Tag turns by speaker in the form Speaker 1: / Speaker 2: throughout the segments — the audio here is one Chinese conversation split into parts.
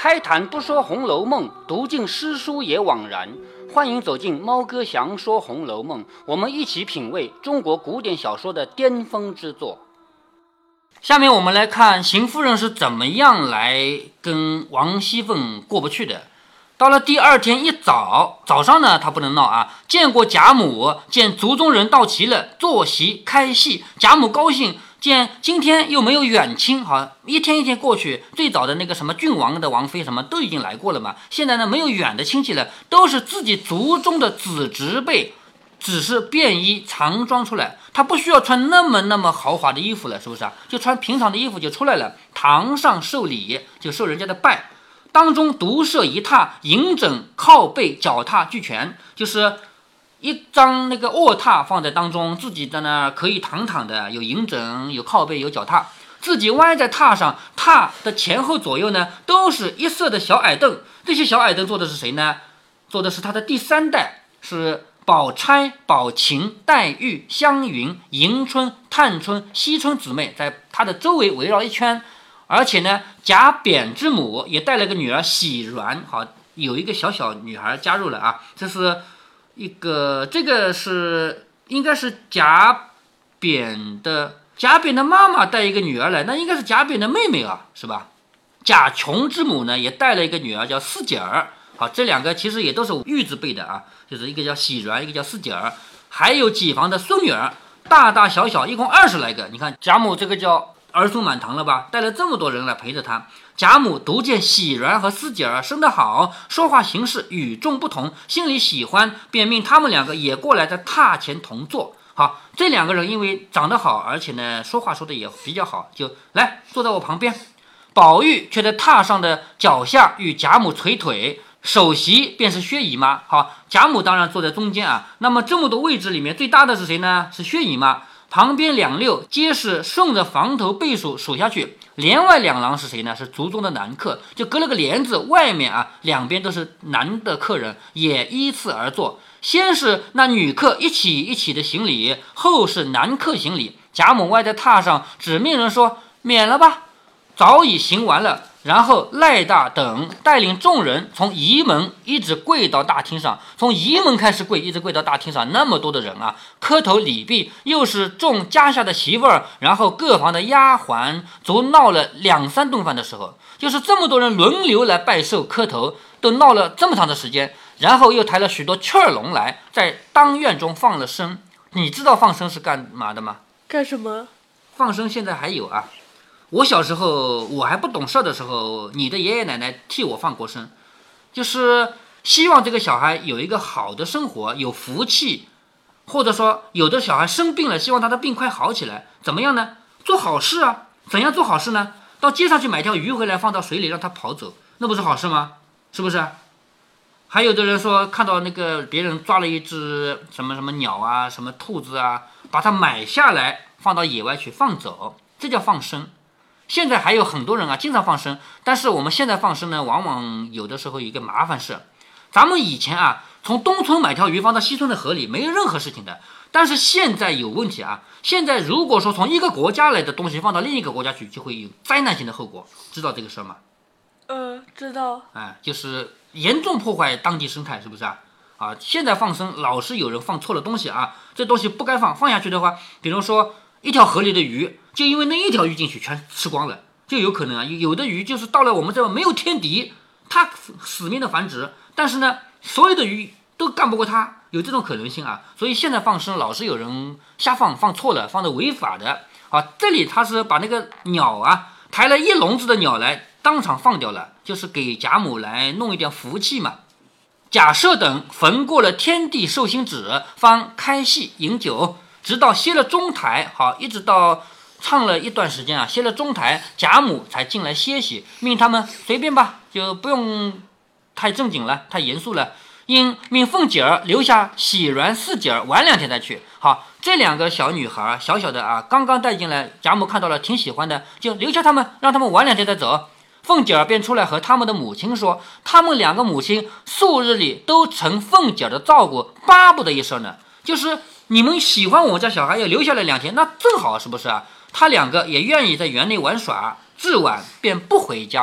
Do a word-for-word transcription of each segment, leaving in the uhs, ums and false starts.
Speaker 1: 开坛不说《红楼梦》，读尽诗书也枉然。欢迎走进猫哥祥说《红楼梦》，我们一起品味中国古典小说的巅峰之作。下面我们来看邢夫人是怎么样来跟王熙凤过不去的。到了第二天一早，早上呢，她不能闹啊，见过贾母，见族中人到齐了，坐席开戏，贾母高兴。见今天又没有远亲，好，一天一天过去，最早的那个什么郡王的王妃什么都已经来过了嘛，现在呢没有远的亲戚了，都是自己族中的子侄辈，只是便衣常装出来，他不需要穿那么那么豪华的衣服了，是不是啊？就穿平常的衣服就出来了，堂上受礼，就受人家的拜，当中独设一榻，迎枕靠背脚踏俱全，就是一张那个卧榻放在当中，自己在那可以躺躺的，有迎枕，有靠背，有脚踏，自己歪在榻上，榻的前后左右呢都是一色的小矮凳，这些小矮凳坐的是谁呢？坐的是他的第三代，是宝钗、宝琴、黛玉、湘云、迎春、探春、惜春姊妹在他的周围围绕一圈，而且呢贾琏之母也带了个女儿喜鸾，好，有一个小小女孩加入了啊，这是一个这个是应该是贾琏的贾琏的妈妈带一个女儿来，那应该是贾琏的妹妹啊，是吧？贾琼之母呢也带了一个女儿叫四姐儿，好，这两个其实也都是玉字辈的啊，就是一个叫喜鸾，一个叫四姐儿，还有几房的孙女儿，大大小小一共二十来个。你看贾母这个叫儿孙满堂了吧，带了这么多人来陪着他。贾母独见喜鸾和四姐儿生得好，说话行事与众不同，心里喜欢，便命他们两个也过来在榻前同坐。好，这两个人因为长得好，而且呢说话说的也比较好，就来坐在我旁边。宝玉却在榻上的脚下与贾母捶腿，首席便是薛姨妈。好，贾母当然坐在中间啊。那么这么多位置里面最大的是谁呢？是薛姨妈。旁边两溜皆是顺着房头倍数数下去，帘外两廊是谁呢？是族中的男客，就隔了个帘子，外面啊两边都是男的客人，也依次而坐。先是那女客一起一起的行礼，后是男客行礼。贾母歪在榻上，只命人说免了吧，早已行完了。然后赖大等带领众人从仪门一直跪到大厅上，从仪门开始跪，一直跪到大厅上，那么多的人啊，磕头礼毕，又是众家下的媳妇儿，然后各房的丫鬟，足闹了两三顿饭的时候，就是这么多人轮流来拜寿磕头，都闹了这么长的时间，然后又抬了许多雀儿龙来，在当院中放了生。你知道放生是干嘛的吗？
Speaker 2: 干什么？
Speaker 1: 放生现在还有啊。我小时候我还不懂事的时候，你的爷爷奶奶替我放过生，就是希望这个小孩有一个好的生活，有福气，或者说有的小孩生病了，希望他的病快好起来，怎么样呢？做好事啊。怎样做好事呢？到街上去买条鱼回来，放到水里让它跑走，那不是好事吗？是不是？还有的人说看到那个别人抓了一只什么什么鸟啊，什么兔子啊，把它买下来放到野外去放走，这叫放生。现在还有很多人啊，经常放生，但是我们现在放生呢，往往有的时候有一个麻烦事。咱们以前啊，从东村买条鱼放到西村的河里，没有任何事情的。但是现在有问题啊，现在如果说从一个国家来的东西放到另一个国家去，就会有灾难性的后果，知道这个事吗？
Speaker 2: 呃，知道。
Speaker 1: 哎，就是严重破坏当地生态，是不是啊？啊，现在放生老是有人放错了东西啊，这东西不该放，放下去的话，比如说一条河里的鱼，就因为那一条鱼进去全吃光了，就有可能啊。有的鱼就是到了我们这没有天敌，它死命的繁殖，但是呢，所有的鱼都干不过它，有这种可能性啊。所以现在放生老是有人瞎放，放错了，放的违法的。啊，这里他是把那个鸟啊，抬了一笼子的鸟来，当场放掉了，就是给贾母来弄一点福气嘛。贾赦等焚过了天地寿星纸，方开戏饮酒。直到歇了中台，好，一直到唱了一段时间啊，歇了中台，贾母才进来歇息，命他们随便吧，就不用太正经了，太严肃了。因命凤姐儿留下喜鸾四姐儿晚两天再去。好，这两个小女孩小小的啊，刚刚带进来，贾母看到了挺喜欢的，就留下他们，让他们晚两天再走。凤姐儿便出来和他们的母亲说，他们两个母亲数日里都承凤姐儿的照顾，巴不得一声呢，就是你们喜欢我们家小孩要留下来两天，那正好，是不是啊？他两个也愿意在园内玩耍，至晚便不回家了。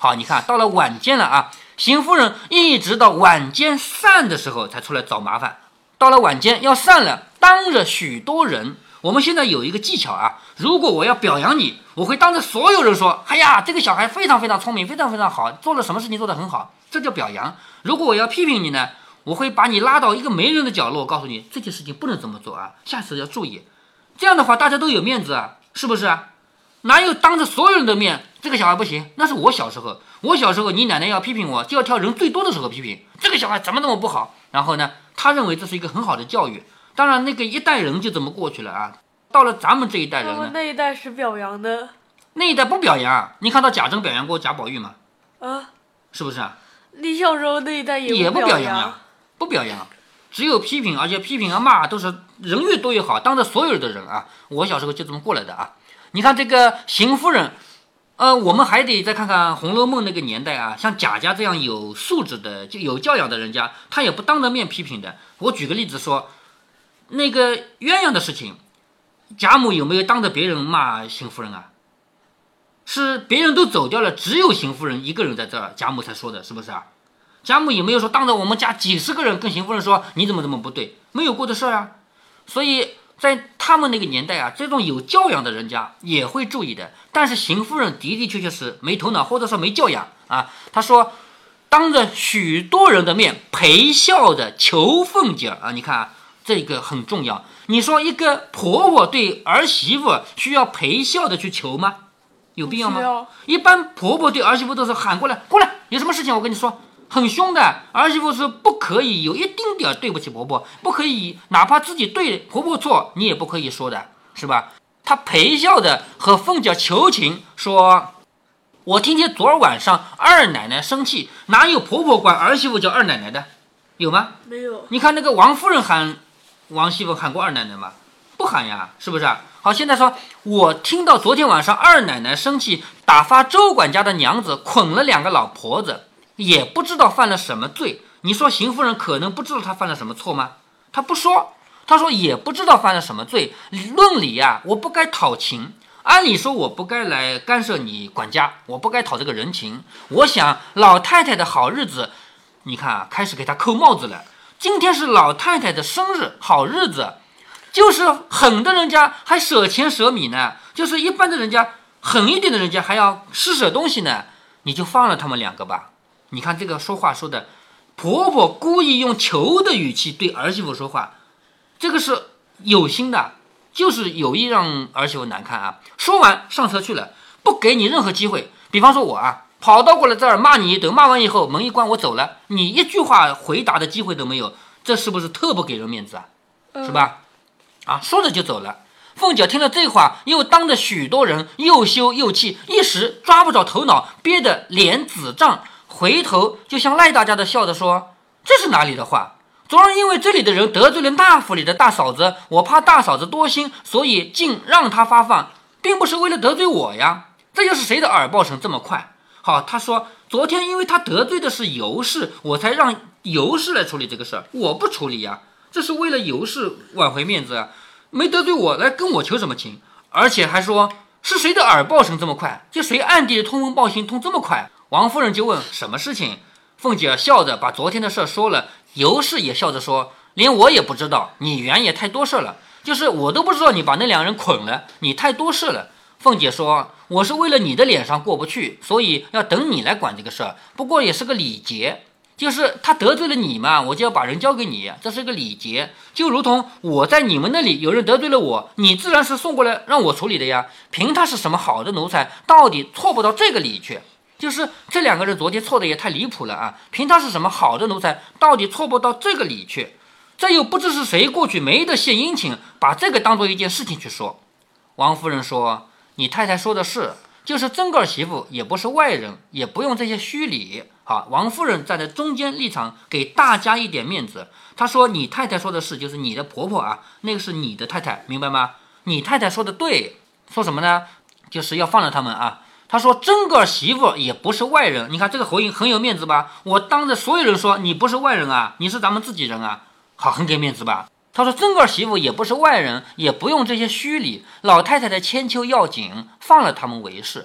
Speaker 1: 好，你看到了晚间了啊，邢夫人一直到晚间散的时候才出来找麻烦。到了晚间要散了，当着许多人。我们现在有一个技巧啊，如果我要表扬你，我会当着所有人说，哎呀，这个小孩非常非常聪明，非常非常好，做了什么事情做得很好，这叫表扬。如果我要批评你呢，我会把你拉到一个没人的角落，告诉你这件事情不能这么做啊，下次要注意。这样的话大家都有面子啊，是不是啊？哪有当着所有人的面，这个小孩不行？那是我小时候，我小时候你奶奶要批评我，就要挑人最多的时候批评，这个小孩怎么那么不好？然后呢，他认为这是一个很好的教育。当然那个一代人就这么过去了啊，到了咱们这一代人呢，
Speaker 2: 他们那一代是表扬的，
Speaker 1: 那一代不表扬。你看到贾珍表扬过贾宝玉吗？
Speaker 2: 啊，
Speaker 1: 是不是啊？
Speaker 2: 你小时候那一代也
Speaker 1: 也不
Speaker 2: 表
Speaker 1: 表扬呀，不表扬，只有批评，而且批评啊骂都是人越多越好，当着所有的人啊。我小时候就这么过来的啊。你看这个邢夫人，呃，我们还得再看看《红楼梦》那个年代啊，像贾家这样有素质的、就有教养的人家，他也不当着面批评的。我举个例子说，那个鸳鸯的事情，贾母有没有当着别人骂邢夫人啊？是别人都走掉了，只有邢夫人一个人在这儿，贾母才说的，是不是啊？贾母有没有说当着我们家几十个人跟邢夫人说你怎么怎么不对？没有过的事啊。所以在他们那个年代啊，这种有教养的人家也会注意的。但是邢夫人的的确确是没头脑，或者说没教养啊。她说当着许多人的面陪笑的求凤姐啊，你看啊，这个很重要。你说一个婆婆对儿媳妇需要陪笑的去求吗？有必要吗？一般婆婆对儿媳妇都是喊过来，过来，有什么事情我跟你说，很凶的。儿媳妇是不可以有一丁点对不起婆婆，不可以哪怕自己对婆婆错，你也不可以说的，是吧？她陪笑的和凤姐求情说，我听见昨儿晚上二奶奶生气，哪有婆婆管儿媳妇叫二奶奶的？有吗？
Speaker 2: 没有。
Speaker 1: 你看那个王夫人喊王媳妇喊过二奶奶吗？不喊呀，是不是？好，现在说我听到昨天晚上二奶奶生气，打发周管家的娘子捆了两个老婆子，也不知道犯了什么罪。你说邢夫人可能不知道她犯了什么错吗？她不说，她说也不知道犯了什么罪。论理呀、啊，我不该讨情，按理说我不该来干涉你管家，我不该讨这个人情。我想老太太的好日子，你看啊，开始给她扣帽子了。今天是老太太的生日，好日子。就是狠的人家还舍钱舍米呢，就是一般的人家狠一点的人家还要施舍东西呢，你就放了他们两个吧。你看这个说话说的，婆婆故意用求的语气对儿媳妇说话，这个是有心的，就是有意让儿媳妇难看啊。说完上车去了，不给你任何机会。比方说我啊，跑到过来这儿骂你一顿，骂完以后门一关我走了，你一句话回答的机会都没有，这是不是特不给人面子啊？是吧？啊，说着就走了。凤姐听了这话，又当着许多人，又羞又气，一时抓不着头脑，憋得脸紫胀，回头就向赖大家的笑着说：“这是哪里的话？昨儿因为这里的人得罪了大府里的大嫂子，我怕大嫂子多心，所以竟让她发放，并不是为了得罪我呀。这又是谁的耳报声这么快？”好，他说昨天因为他得罪的是尤氏，我才让尤氏来处理这个事儿，我不处理呀。这是为了尤氏挽回面子啊，没得罪我来跟我求什么情？而且还说是谁的耳报声这么快？就谁暗地里通风报信通这么快？王夫人就问什么事情？凤姐笑着把昨天的事说了，尤氏也笑着说，连我也不知道，你圆也太多事了，就是我都不知道你把那两人捆了，你太多事了。凤姐说，我是为了你的脸上过不去，所以要等你来管这个事儿，不过也是个礼节。就是他得罪了你嘛，我就要把人交给你，这是个礼节。就如同我在你们那里有人得罪了我，你自然是送过来让我处理的呀。凭他是什么好的奴才，到底错不到这个里去。就是这两个人昨天错的也太离谱了啊！凭他是什么好的奴才，到底错不到这个里去。这又不知是谁过去没得献殷勤，把这个当做一件事情去说。王夫人说，你太太说的是，就是曾个儿媳妇也不是外人，也不用这些虚礼。好，王夫人站在中间立场，给大家一点面子。她说你太太说的是，就是你的婆婆啊，那个是你的太太，明白吗？你太太说的对，说什么呢？就是要放了他们啊。她说曾个儿媳妇也不是外人，你看这个回应很有面子吧？我当着所有人说你不是外人啊，你是咱们自己人啊，好，很给面子吧？她说曾个儿媳妇也不是外人，也不用这些虚礼，老太太的千秋要紧，放了他们为是。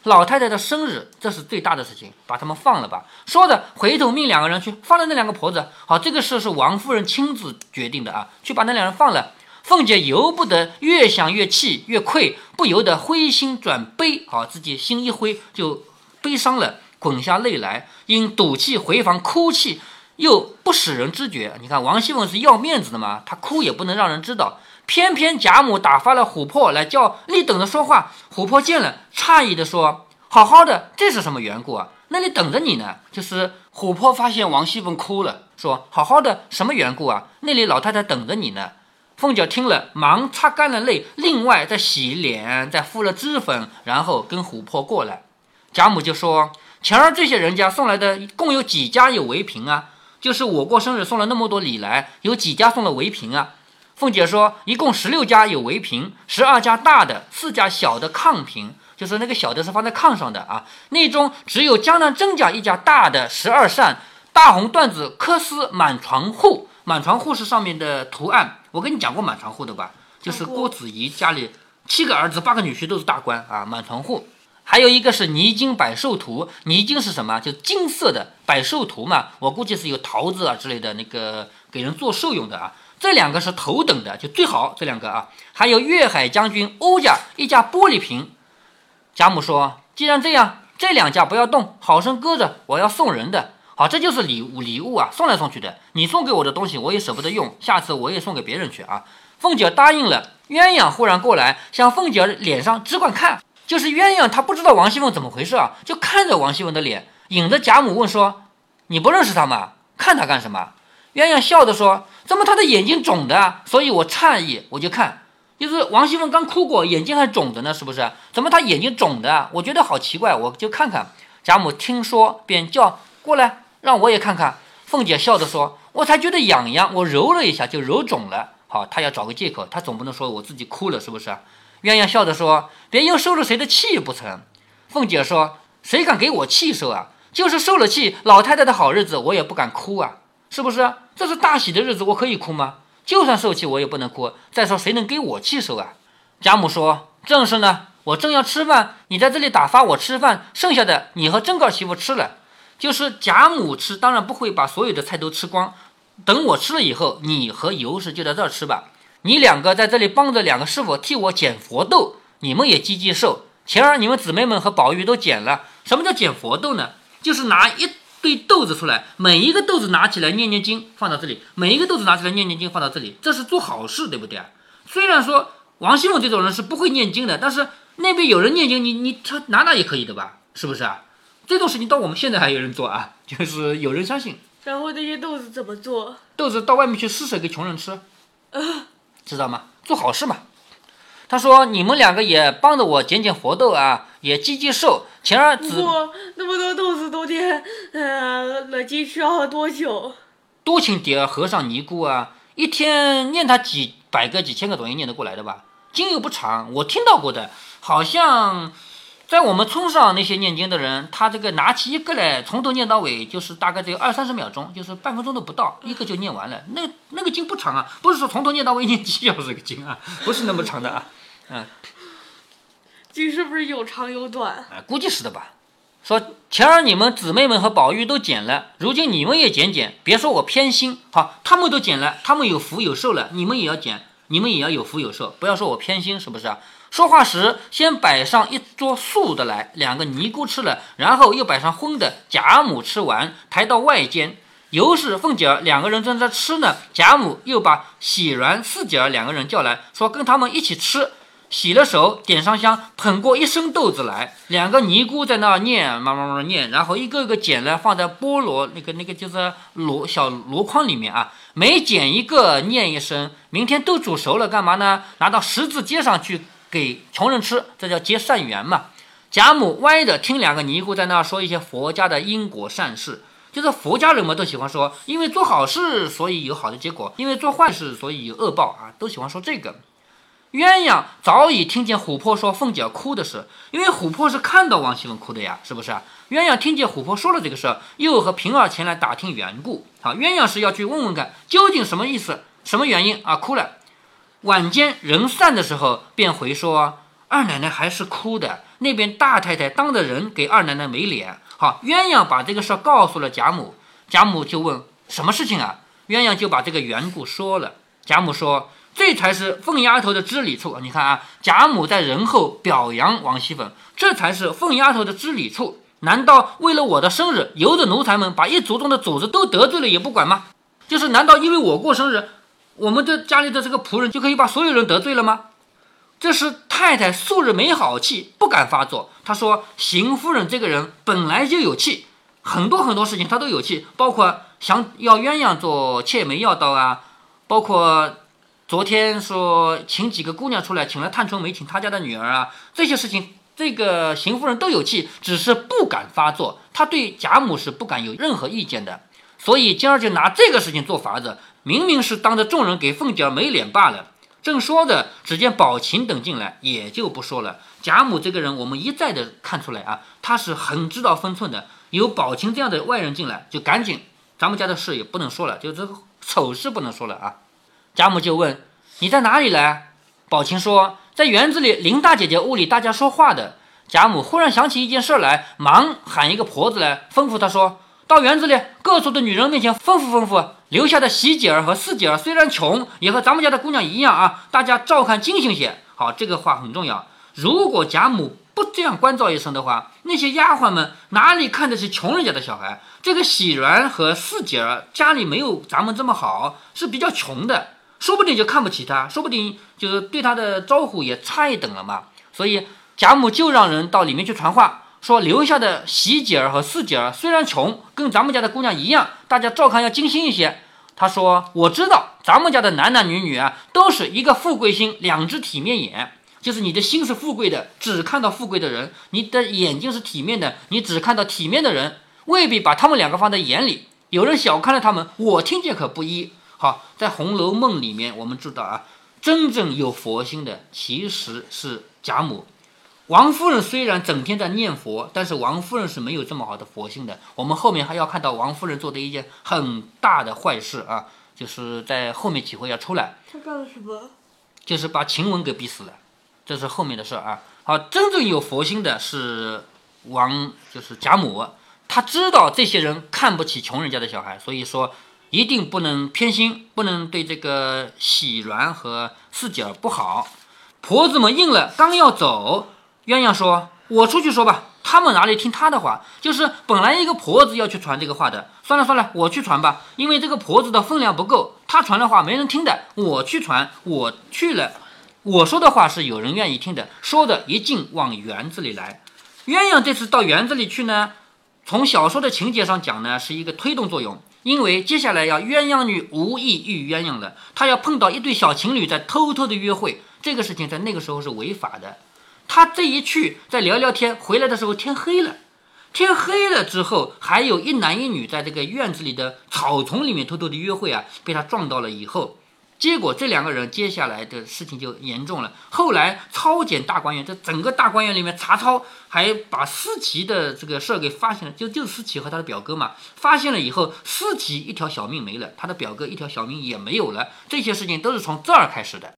Speaker 3: 老太太的生日，这是最大的事情，把他们放了吧。说着，回头命两个人去放了那两个婆子。好，这个事是王夫人亲自决定的啊，去把那两人放了。凤姐由不得，越想越气越愧，不由得灰心转悲。好，自己心一灰就悲伤了，滚下泪来，因赌气回房哭泣，又不使人知觉。你看王熙凤是要面子的嘛，她哭也不能让人知道。偏偏贾母打发了琥珀来叫立等着说话，琥珀见了，诧异的说：“好好的，这是什么缘故啊？那里等着你呢。”就是
Speaker 1: 琥珀发现王熙凤哭了，
Speaker 3: 说：“好好的，什么缘故啊？那里老太太等着你呢。”凤姐听了，忙擦干了泪，另外再洗脸，再敷了脂粉，然后跟琥珀过来。贾母就说：“前儿这些人家送来的共有几家有围屏啊？就是我过生日送了那么多礼来，有几家送了围屏啊？”凤姐说：“一共十六家有围屏，十二家大的，四家小的炕屏，就是那个小的是放在炕上的啊。内中只有江南甄家一家大的十二扇，大红缎子科丝满床户，满床户是上面的图案。我跟你讲过满床户的吧？就是郭子仪家里七个儿子八个女婿都是大官啊，满床户。还有一个是泥金百寿图，泥金是什么？就金色的百寿图嘛，我估计是有桃子啊之类的，那个给人做寿用的啊。这两个是头等的，就最好这两个啊。还有粤海将军欧家一家玻璃瓶。贾母说：“既然这样，这两家不要动，好生搁着，我要送人的。好，这就是礼物，礼物啊，送来送去的。你送给我的东西，我也舍不得用，下次我也送给别人去啊。”凤姐答应了。鸳鸯忽然过来，向凤姐脸上只管看，就是鸳鸯她不知道王熙凤怎么回事啊，就看着王熙凤的脸，引着贾母问说：“你不认识她吗？看她干什么？”鸳鸯笑着说：“怎么她的眼睛肿的啊？所以我诧异，我就看。就是王熙凤刚哭过，眼睛还肿着呢，是不是？怎么她眼睛肿的啊？我觉得好奇怪，我就看看。”贾母听说，便叫过来，让我也看看。凤姐笑着说：“我才觉得痒痒，我揉了一下就揉肿了。”好，她要找个借口，她总不能说我自己哭了，是不是？鸳鸯笑着说：“别又受了谁的气不成？”凤姐说：“谁敢给我气受啊？就是受了气，老太太的好日子我也不敢哭啊。是不是？这是大喜的日子，我可以哭吗？就算受气，我也不能哭。再说，谁能给我气受啊？”贾母说：“正是呢，我正要吃饭，你在这里打发我吃饭，剩下的你和甄高媳妇吃了。就是贾母吃，当然不会把所有的菜都吃光。等我吃了以后，你和尤氏就在这儿吃吧。你两个在这里帮着两个师傅替我捡佛豆，你们也积积寿。前儿你们姊妹们和宝玉都捡了。什么叫捡佛豆呢？就是拿一堆豆子出来，每一个豆子拿起来念念经，放到这里；每一个豆子拿起来念念经，放到这里。这是做好事，对不对？虽然说王熙凤这种人是不会念经的，但是那边有人念经，你你他拿拿也可以的吧？是不是啊？这种事情到我们现在还有人做啊，就是有人相信。
Speaker 2: 然后那些豆子怎么做？
Speaker 3: 豆子到外面去施舍给穷人吃，呃、知道吗？做好事嘛。他说：“你们两个也帮着我捡捡佛豆啊，也积积寿。前儿子
Speaker 2: 哇，那么多豆子都点，呃，那经需要多久？
Speaker 3: 多请点儿和尚尼姑啊，一天念他几百个、几千个总也念得过来的吧？经又不长，我听到过的，好像在我们村上那些念经的人，他这个拿起一个来，从头念到尾，就是大概只有二三十秒钟，就是半分钟都不到，一个就念完了。那那个经不长啊，不是说从头念到尾念几小时个经啊，不是那么长的啊。嗯，
Speaker 2: 经是不是有长有短？
Speaker 3: 啊，估计是的吧。说前儿你们姊妹们和宝玉都捡了，如今你们也捡捡，别说我偏心。好，他们都捡了，他们有福有寿了，你们也要捡，你们也要有福有寿，不要说我偏心，是不是啊？说话时先摆上一桌素的来，两个尼姑吃了，然后又摆上荤的，贾母吃完抬到外间。尤氏、凤姐儿两个人正在吃呢，贾母又把喜鸾、四姐儿两个人叫来，说跟他们一起吃。洗了手，点上香，捧过一升豆子来，两个尼姑在那儿念，慢慢慢念，然后一个个捡了，放在菠萝那个那个就是箩小箩筐里面啊，每捡一个念一声，明天都煮熟了，干嘛呢？拿到十字街上去给穷人吃，这叫结善缘嘛。贾母歪着听两个尼姑在那儿说一些佛家的因果善事，就是佛家人们都喜欢说，因为做好事所以有好的结果，因为做坏事所以有恶报啊，都喜欢说这个。鸳鸯早已听见琥珀说凤姐哭的事，因为琥珀是看到王熙凤哭的呀，是不是啊？鸳鸯听见琥珀说了这个事，又和平儿前来打听缘故。好，鸳鸯是要去问问看究竟什么意思，什么原因啊？哭了。晚间人散的时候，便回说二奶奶还是哭的， 那边大太太当着人给二奶奶没脸。好，鸳鸯把这个事告诉了贾母，贾母就问什么事情啊？鸳鸯就把这个缘故说了。贾母说这才是凤丫头的知礼处。你看啊，贾母在人后表扬王熙凤，这才是凤丫头的知礼处。难道为了我的生日，由着奴才们把一族中的主子都得罪了也不管吗？就是难道因为我过生日，我们的家里的这个仆人就可以把所有人得罪了吗？这是太太素日没好气，不敢发作。她说邢夫人这个人本来就有气，很多很多事情她都有气，包括想要鸳鸯做妾没要到啊，包括昨天说请几个姑娘出来，请了探春没请她家的女儿啊，这些事情这个邢夫人都有气，只是不敢发作。她对贾母是不敢有任何意见的，所以今儿就拿这个事情做法子，明明是当着众人给凤姐没脸罢了。正说着，只见宝琴等进来，也就不说了。贾母这个人，我们一再的看出来啊，她是很知道分寸的。有宝琴这样的外人进来，就赶紧，咱们家的事也不能说了，就这个丑事不能说了啊。贾母就问你在哪里来？宝琴说在园子里林大姐姐屋里大家说话的。贾母忽然想起一件事来，忙喊一个婆子来，吩咐她说到园子里各处的女人面前吩咐吩咐，留下的喜姐儿和四姐儿虽然穷，也和咱们家的姑娘一样啊，大家照看精行些。好，这个话很重要。如果贾母不这样关照一声的话，那些丫鬟们哪里看得起穷人家的小孩？这个喜鸾和四姐儿家里没有咱们这么好，是比较穷的，说不定就看不起他，说不定就是对他的招呼也差一等了嘛。所以贾母就让人到里面去传话，说留下的喜姐儿和四姐儿虽然穷，跟咱们家的姑娘一样，大家照看要精心一些。他说我知道咱们家的男男女女啊，都是一个富贵心，两只体面眼，就是你的心是富贵的，只看到富贵的人，你的眼睛是体面的，你只看到体面的人，未必把他们两个放在眼里。有人小看了他们，我听见可不一。好，在《红楼梦》里面我们知道啊，真正有佛心的其实是贾母。王夫人虽然整天在念佛，但是王夫人是没有这么好的佛性的。我们后面还要看到王夫人做的一件很大的坏事啊，就是在后面几回要出来。
Speaker 2: 她干了什么？
Speaker 3: 就是把晴雯给逼死了，这是后面的事啊。好，真正有佛心的是王，就是贾母，她知道这些人看不起穷人家的小孩，所以说一定不能偏心，不能对这个喜鸾和四姐儿不好。婆子们应了，刚要走，鸳鸯说我出去说吧，他们哪里听他的话？就是本来一个婆子要去传这个话的，算了算了，我去传吧，因为这个婆子的分量不够，他传的话没人听的，我去传，我去了，我说的话是有人愿意听的，说的一径往园子里来。鸳鸯这次到园子里去呢，从小说的情节上讲呢，是一个推动作用，因为接下来要鸳鸯女无意遇鸳鸯了，她要碰到一对小情侣在偷偷的约会，这个事情在那个时候是违法的。他这一去再聊聊天，回来的时候天黑了，天黑了之后还有一男一女在这个院子里的草丛里面偷偷的约会啊，被他撞到了以后，结果这两个人接下来的事情就严重了。后来抄检大观园，这整个大观园里面查抄，还把思琪的这个事儿给发现了，就就是思琪和他的表哥嘛，发现了以后，思琪一条小命没了，他的表哥一条小命也没有了，这些事情都是从这儿开始的。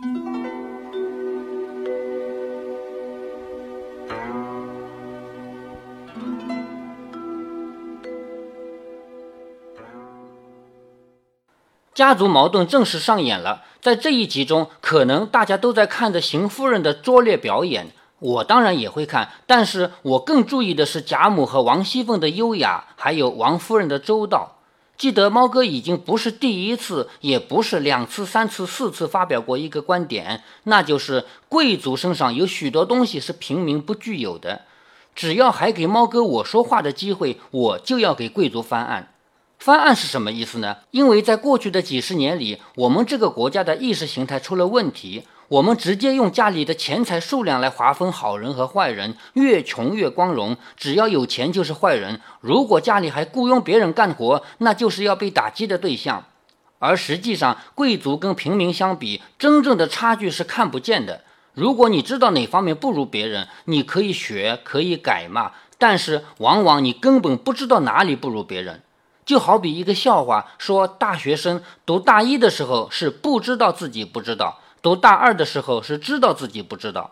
Speaker 1: 家族矛盾正式上演了，在这一集中，可能大家都在看着邢夫人的拙劣表演，我当然也会看，但是我更注意的是贾母和王熙凤的优雅，还有王夫人的周到。记得猫哥已经不是第一次，也不是两次、三次、四次发表过一个观点，那就是贵族身上有许多东西是平民不具有的。只要还给猫哥我说话的机会，我就要给贵族翻案。翻案是什么意思呢？因为在过去的几十年里，我们这个国家的意识形态出了问题，我们直接用家里的钱财数量来划分好人和坏人，越穷越光荣，只要有钱就是坏人，如果家里还雇佣别人干活，那就是要被打击的对象。而实际上，贵族跟平民相比，真正的差距是看不见的。如果你知道哪方面不如别人，你可以学，可以改嘛，但是往往你根本不知道哪里不如别人。就好比一个笑话，说大学生读大一的时候是不知道自己不知道，读大二的时候是知道自己不知道。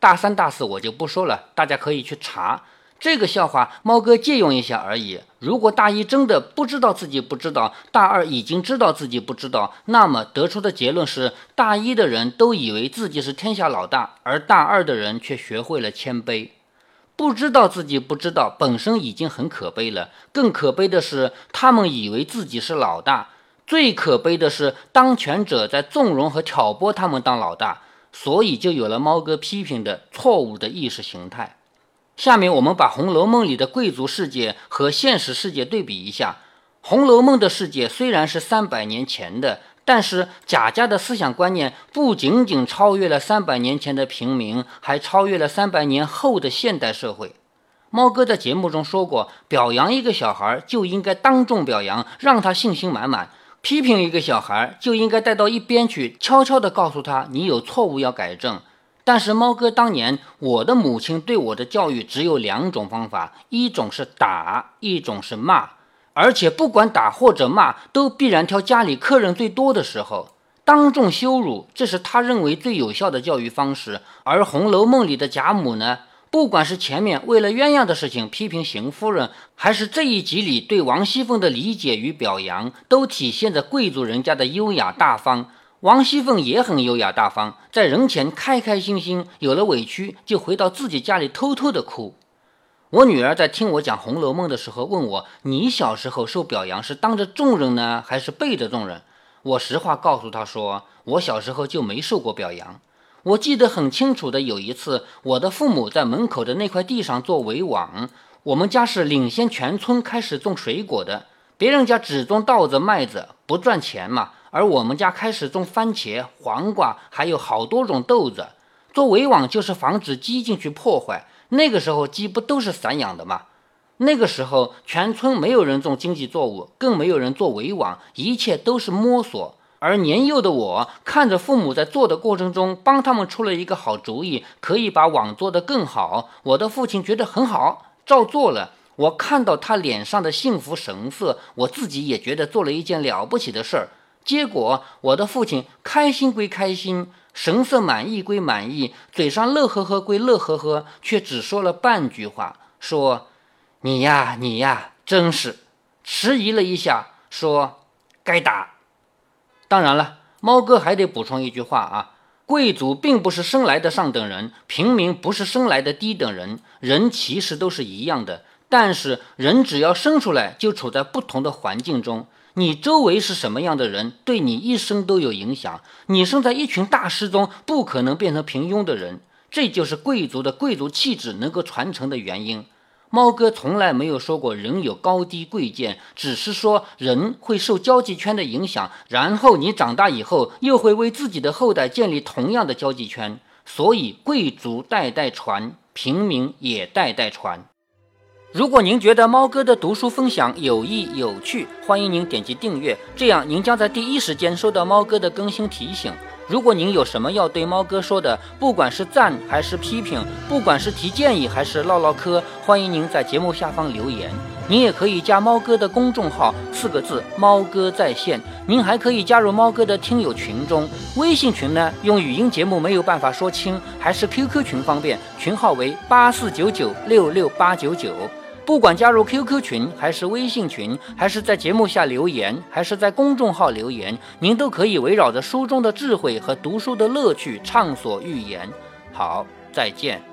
Speaker 1: 大三大四我就不说了，大家可以去查。这个笑话猫哥借用一下而已。如果大一真的不知道自己不知道，大二已经知道自己不知道，那么得出的结论是，大一的人都以为自己是天下老大，而大二的人却学会了谦卑。不知道自己不知道本身已经很可悲了，更可悲的是他们以为自己是老大，最可悲的是当权者在纵容和挑拨他们当老大，所以就有了猫哥批评的错误的意识形态。下面我们把《红楼梦》里的贵族世界和现实世界对比一下。《红楼梦》的世界虽然是三百年前的，但是贾家的思想观念不仅仅超越了三百年前的平民，还超越了三百年后的现代社会。猫哥在节目中说过，表扬一个小孩就应该当众表扬，让他信心满满；批评一个小孩就应该带到一边去，悄悄地告诉他你有错误要改正。但是猫哥当年，我的母亲对我的教育只有两种方法，一种是打，一种是骂，而且不管打或者骂，都必然挑家里客人最多的时候。当众羞辱，这是他认为最有效的教育方式。而《红楼梦》里的贾母呢，不管是前面为了鸳鸯的事情批评邢夫人，还是这一集里对王熙凤的理解与表扬，都体现着贵族人家的优雅大方。王熙凤也很优雅大方，在人前开开心心，有了委屈就回到自己家里偷偷的哭。我女儿在听我讲《红楼梦》的时候问我，你小时候受表扬是当着众人呢，还是背着众人？我实话告诉她说，我小时候就没受过表扬。我记得很清楚的，有一次我的父母在门口的那块地上做围网，我们家是领先全村开始种水果的，别人家只种稻子麦子不赚钱嘛，而我们家开始种番茄、黄瓜，还有好多种豆子。做围网就是防止鸡进去破坏，那个时候鸡不都是散养的吗？那个时候全村没有人种经济作物，更没有人做围网，一切都是摸索。而年幼的我看着父母在做的过程中帮他们出了一个好主意，可以把网做得更好，我的父亲觉得很好，照做了。我看到他脸上的幸福神色，我自己也觉得做了一件了不起的事儿。结果我的父亲开心归开心，神色满意归满意，嘴上乐呵呵归乐呵呵，却只说了半句话，说你呀你呀真是，迟疑了一下说该打。当然了，猫哥还得补充一句话啊，贵族并不是生来的上等人，平民不是生来的低等人，人其实都是一样的，但是人只要生出来就处在不同的环境中，你周围是什么样的人，对你一生都有影响。你生在一群大师中，不可能变成平庸的人，这就是贵族的贵族气质能够传承的原因。猫哥从来没有说过人有高低贵贱，只是说人会受交际圈的影响，然后你长大以后又会为自己的后代建立同样的交际圈，所以贵族代代传，平民也代代传。如果您觉得猫哥的读书分享有益有趣，欢迎您点击订阅，这样您将在第一时间收到猫哥的更新提醒。如果您有什么要对猫哥说的，不管是赞还是批评，不管是提建议还是唠唠嗑，欢迎您在节目下方留言。您也可以加猫哥的公众号，四个字猫哥在线。您还可以加入猫哥的听友群中，微信群呢用语音节目没有办法说清，还是 Q Q 群方便，群号为八四九九六六八九九。不管加入 Q Q 群还是微信群，还是在节目下留言，还是在公众号留言，您都可以围绕着书中的智慧和读书的乐趣畅所欲言。好，再见。